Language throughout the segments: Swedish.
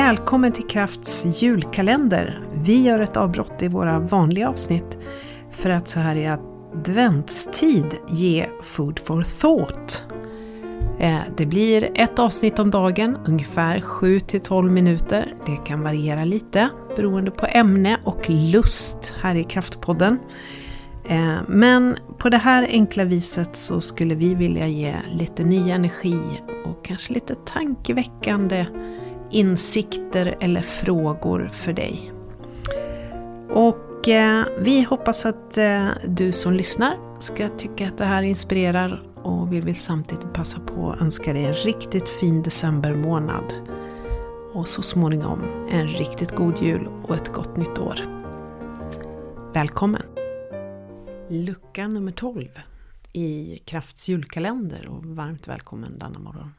Välkommen till Krafts julkalender. Vi gör ett avbrott i våra vanliga avsnitt för att så här i adventstid ge food for thought. Det blir ett avsnitt om dagen, ungefär 7-12 minuter. Det kan variera lite beroende på ämne och lust här i Kraftpodden. Men på det här enkla viset så skulle vi vilja ge lite ny energi och kanske lite tankeväckande insikter eller frågor för dig. Och vi hoppas att du som lyssnar ska tycka att det här inspirerar, och vi vill samtidigt passa på att önska dig en riktigt fin decembermånad och så småningom en riktigt god jul och ett gott nytt år. Välkommen! Lucka nummer 12 i Krafts julkalender, och varmt välkommen denna morgon.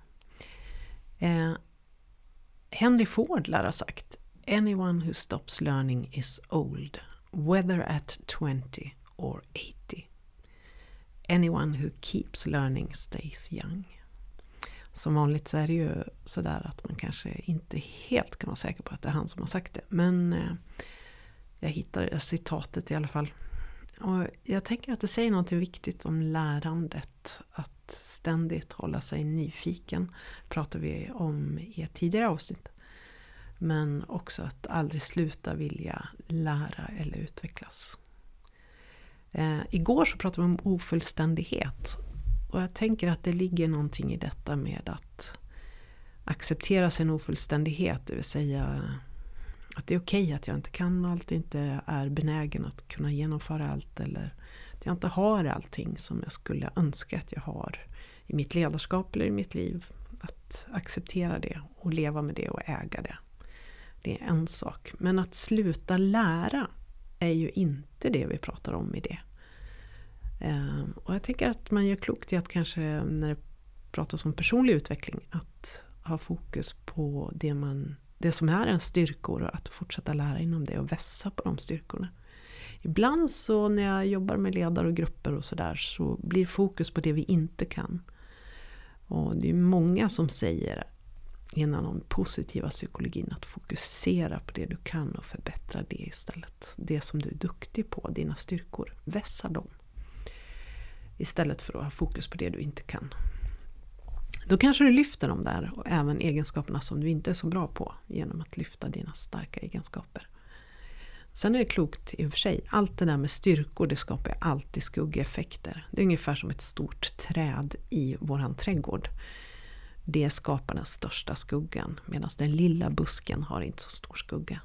Henry Ford lär ha sagt: "Anyone who stops learning is old, whether at 20 or 80. Anyone who keeps learning stays young." Som vanligt så är det ju sådär att man kanske inte helt kan vara säker på att det är han som har sagt det. Men jag hittade citatet i alla fall. Och jag tänker att det säger något viktigt om lärandet. Att ständigt hålla sig nyfiken. Pratar vi om i ett tidigare avsnitt. Men också att aldrig sluta vilja lära eller utvecklas. Igår så pratade vi om ofullständighet. Och jag tänker att det ligger någonting i detta med att acceptera sin ofullständighet. Det vill säga att det är okej att jag inte kan allt, inte är benägen att kunna genomföra allt, eller att jag inte har allting som jag skulle önska att jag har i mitt ledarskap eller i mitt liv. Att acceptera det och leva med det och äga det. Det är en sak. Men att sluta lära är ju inte det vi pratar om i det. Och jag tänker att man gör klokt i att kanske när det pratas om personlig utveckling att ha fokus på det som är en styrkor, och att fortsätta lära inom det och vässa på de styrkorna. Ibland så när jag jobbar med ledare och grupper och sådär, så blir fokus på det vi inte kan. Och det är många som säger inom den positiva psykologin att fokusera på det du kan och förbättra det istället. Det som du är duktig på, dina styrkor, vässa dem. Istället för att ha fokus på det du inte kan. Då kanske du lyfter dem där, och även egenskaperna som du inte är så bra på, genom att lyfta dina starka egenskaper. Sen är det klokt i och för sig, allt det där med styrkor, det skapar alltid skuggeffekter. Det är ungefär som ett stort träd i våran trädgård. Det skapar den största skuggan, medan den lilla busken har inte så stor skugga.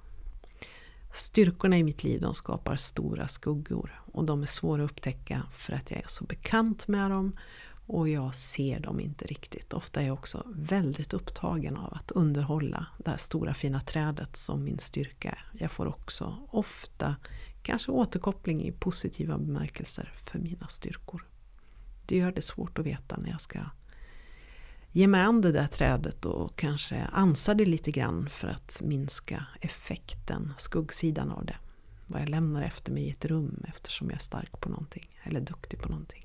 Styrkorna i mitt liv, de skapar stora skuggor, och de är svåra att upptäcka för att jag är så bekant med dem. Och jag ser dem inte riktigt. Ofta är jag också väldigt upptagen av att underhålla det här stora fina trädet som min styrka är. Jag får också ofta kanske återkoppling i positiva bemärkelser för mina styrkor. Det gör det svårt att veta när jag ska ge mig an det där trädet och kanske ansa det lite grann för att minska effekten, skuggsidan av det. Vad jag lämnar efter mig i ett rum eftersom jag är stark på någonting eller duktig på någonting.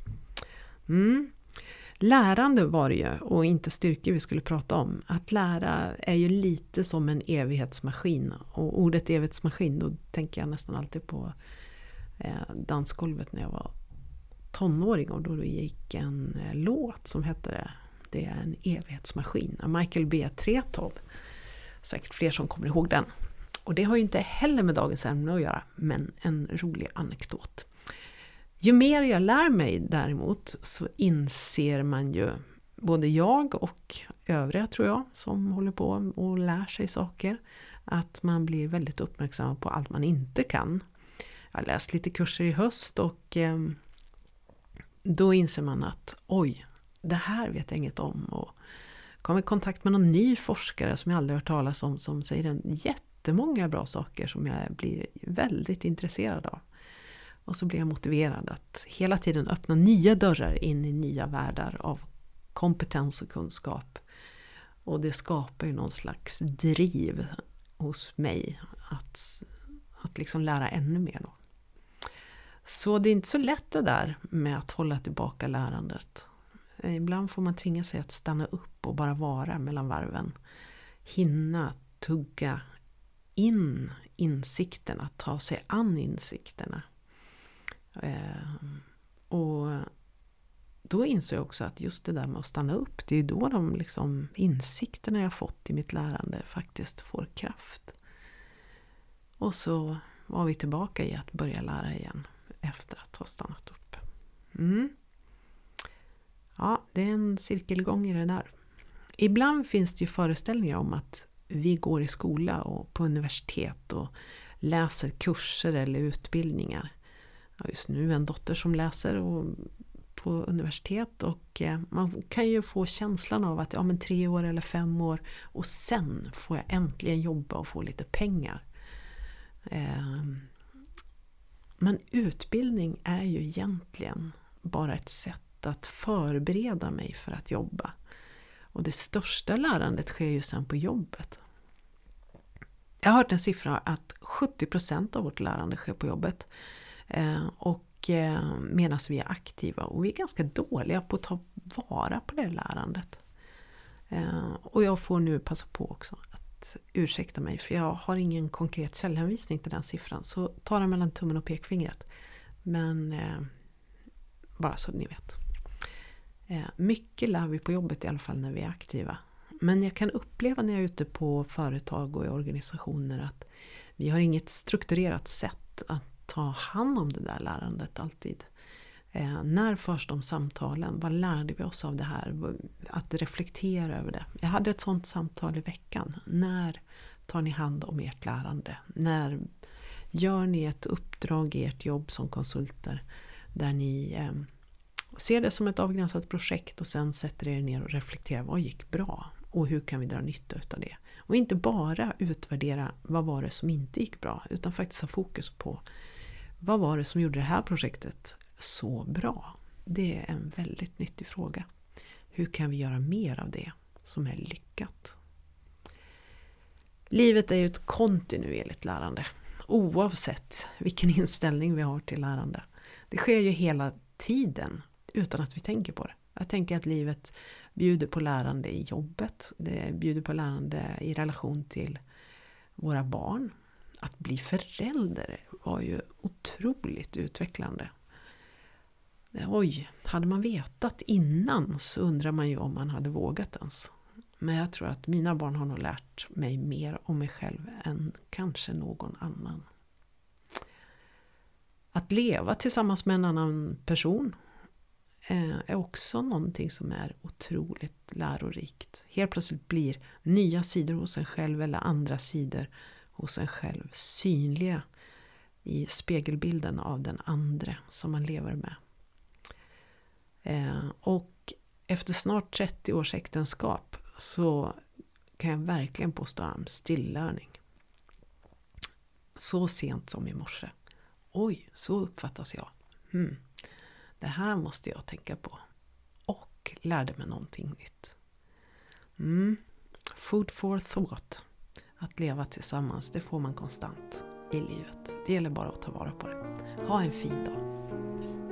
Lärande var det ju, och inte styrkor vi skulle prata om. Att lära är ju lite som en evighetsmaskin, och ordet evighetsmaskin, då tänker jag nästan alltid på dansgolvet när jag var tonåring, och då gick en låt som hette Det är en evighetsmaskin av Michael B. Tretov. Säkert fler som kommer ihåg den. Och det har ju inte heller med dagens ämne att göra, men en rolig anekdot. Ju mer jag lär mig däremot, så inser man ju, både jag och övriga tror jag som håller på och lär sig saker, att man blir väldigt uppmärksam på allt man inte kan. Jag har läst lite kurser i höst, och då inser man att oj, det här vet jag inget om, och kom i kontakt med någon ny forskare som jag aldrig hört talas om, som säger jättemånga bra saker som jag blir väldigt intresserad av. Och så blir jag motiverad att hela tiden öppna nya dörrar in i nya världar av kompetens och kunskap. Och det skapar ju någon slags driv hos mig att liksom lära ännu mer då. Så det är inte så lätt det där med att hålla tillbaka lärandet. Ibland får man tvinga sig att stanna upp och bara vara mellan varven. Hinna tugga in insikterna, ta sig an insikterna. Och då inser jag också att just det där med att stanna upp, det är då de liksom insikterna jag fått i mitt lärande faktiskt får kraft. Och så var vi tillbaka i att börja lära igen efter att ha stannat upp. Ja, det är en cirkelgång i det där. Ibland finns det ju föreställningar om att vi går i skola och på universitet och läser kurser eller utbildningar. Jag har just nu en dotter som läser på universitet, och man kan ju få känslan av att 3 år eller 5 år och sen får jag äntligen jobba och få lite pengar. Men utbildning är ju egentligen bara ett sätt att förbereda mig för att jobba. Och det största lärandet sker ju sen på jobbet. Jag har hört en siffra att 70% av vårt lärande sker på jobbet. Och medan vi är aktiva. Och vi är ganska dåliga på att ta vara på det lärandet. Och jag får nu passa på också att ursäkta mig. För jag har ingen konkret källhänvisning till den siffran. Så ta den mellan tummen och pekfingret. Men bara så ni vet. Mycket lär vi på jobbet i alla fall när vi är aktiva. Men jag kan uppleva när jag är ute på företag och i organisationer att vi har inget strukturerat sätt att ta hand om det där lärandet alltid. När förs de samtalen? Vad lärde vi oss av det här? Att reflektera över det. Jag hade ett sånt samtal i veckan. När tar ni hand om ert lärande? När gör ni ett uppdrag i ert jobb som konsulter där ni ser det som ett avgränsat projekt och sen sätter er ner och reflekterar vad gick bra och hur kan vi dra nytta av det. Och inte bara utvärdera vad var det som inte gick bra, utan faktiskt ha fokus på vad var det som gjorde det här projektet så bra. Det är en väldigt nyttig fråga. Hur kan vi göra mer av det som är lyckat? Livet är ju ett kontinuerligt lärande, oavsett vilken inställning vi har till lärande. Det sker ju hela tiden utan att vi tänker på det. Jag tänker att livet bjuder på lärande i jobbet. Det bjuder på lärande i relation till våra barn. Att bli förälder var ju otroligt utvecklande. Oj, hade man vetat innan så undrar man ju om man hade vågat ens. Men jag tror att mina barn har nog lärt mig mer om mig själv än kanske någon annan. Att leva tillsammans med en annan person är också någonting som är otroligt lärorikt. Helt plötsligt blir nya sidor hos en själv eller andra sidor hos en själv synliga i spegelbilden av den andra som man lever med. Och efter snart 30 års äktenskap så kan jag verkligen påstå en stillärning. Så sent som i morse. Oj, så uppfattas jag. Det här måste jag tänka på. Och lärde mig någonting nytt. Food for thought. Att leva tillsammans, det får man konstant i livet. Det gäller bara att ta vara på det. Ha en fin dag.